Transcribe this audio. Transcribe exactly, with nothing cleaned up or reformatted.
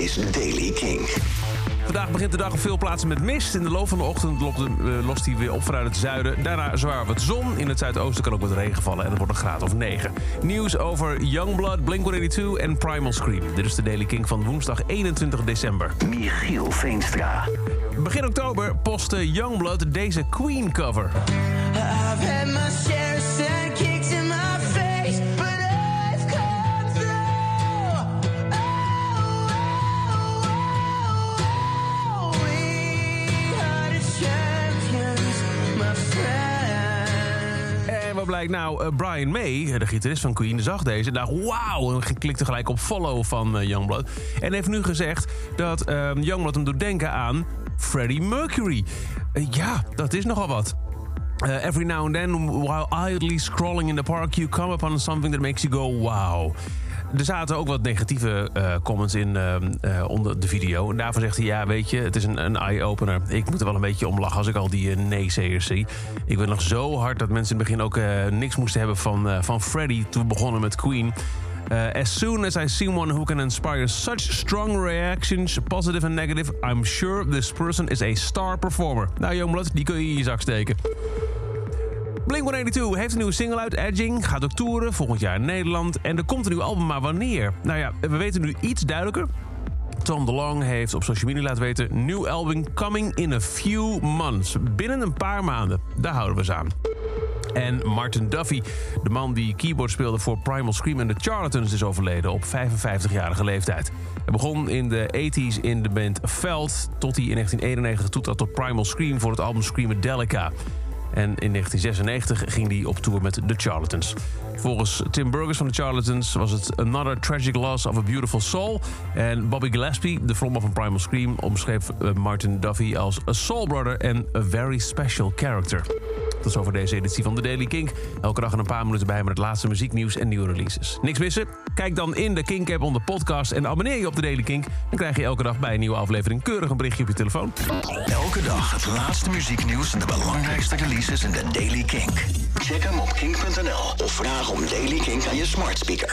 is Daily Kink. Vandaag begint de dag op veel plaatsen met mist. In de loop van de ochtend lost hij weer op vanuit het zuiden. Daarna zwaar wat zon. In het zuidoosten kan ook wat regen vallen en het wordt een graad of negen. Nieuws over Youngblood, Blink honderdtweeënnegentig en Primal Scream. Dit is de Daily Kink van woensdag eenentwintig december. Michiel Veenstra. Begin oktober postte Youngblood deze Queen cover. I've had my share of sad kicks in my face, but I've come through. Oh, oh, oh, oh. We are the champions, my friend. En wat blijkt nou? Uh, Brian May, de gitarist van Queen, zag deze en dacht wauw, en klikte gelijk op follow van uh, Youngblood. En heeft nu gezegd dat uh, Youngblood hem doet denken aan Freddie Mercury. Uh, ja, dat is nogal wat. Uh, every now and then, while idly scrolling in the park, you come upon something that makes you go wow. Er zaten ook wat negatieve uh, comments in uh, uh, onder de video. En daarvoor zegt hij, ja, weet je, het is een, een eye-opener. Ik moet er wel een beetje om lachen als ik al die uh, nee-sayers zie. Ik ben nog zo hard dat mensen in het begin ook uh, niks moesten hebben van, uh, van Freddie toen we begonnen met Queen. Uh, as soon as I see one who can inspire such strong reactions, positive and negative, I'm sure this person is a star performer. Nou, Youngblood, die kun je in je zak steken. Blink honderdnegenennegentig heeft een nieuwe single uit, Edging. Gaat ook toeren, volgend jaar in Nederland. En er komt een nieuw album, maar wanneer? Nou ja, we weten nu iets duidelijker. Tom DeLonge heeft op social media laten weten, nieuw album coming in a few months. Binnen een paar maanden. Daar houden we ze aan. En Martin Duffy, de man die keyboard speelde voor Primal Scream en The Charlatans, is overleden op vijfenvijftigjarige leeftijd. Hij begon in de tachtiger in de band Veld, tot hij in negentien eenennegentig toetrad tot Primal Scream voor het album Screamadelica. En in negentien zesennegentig ging hij op tour met The Charlatans. Volgens Tim Burgess van The Charlatans was het Another Tragic Loss of a Beautiful Soul. En Bobby Gillespie, de frontman van Primal Scream, omschreef Martin Duffy als a soul brother en a very special character. Tot zover deze editie van The Daily Kink. Elke dag een paar minuten bij met het laatste muzieknieuws en nieuwe releases. Niks missen? Kijk dan in de Kink-app onder podcast en abonneer je op The Daily Kink. Dan krijg je elke dag bij een nieuwe aflevering keurig een berichtje op je telefoon. Elke dag het laatste muzieknieuws en de belangrijkste releases in de Daily Kink. Check hem op kink punt n l of vraag om Daily Kink aan je smart speaker.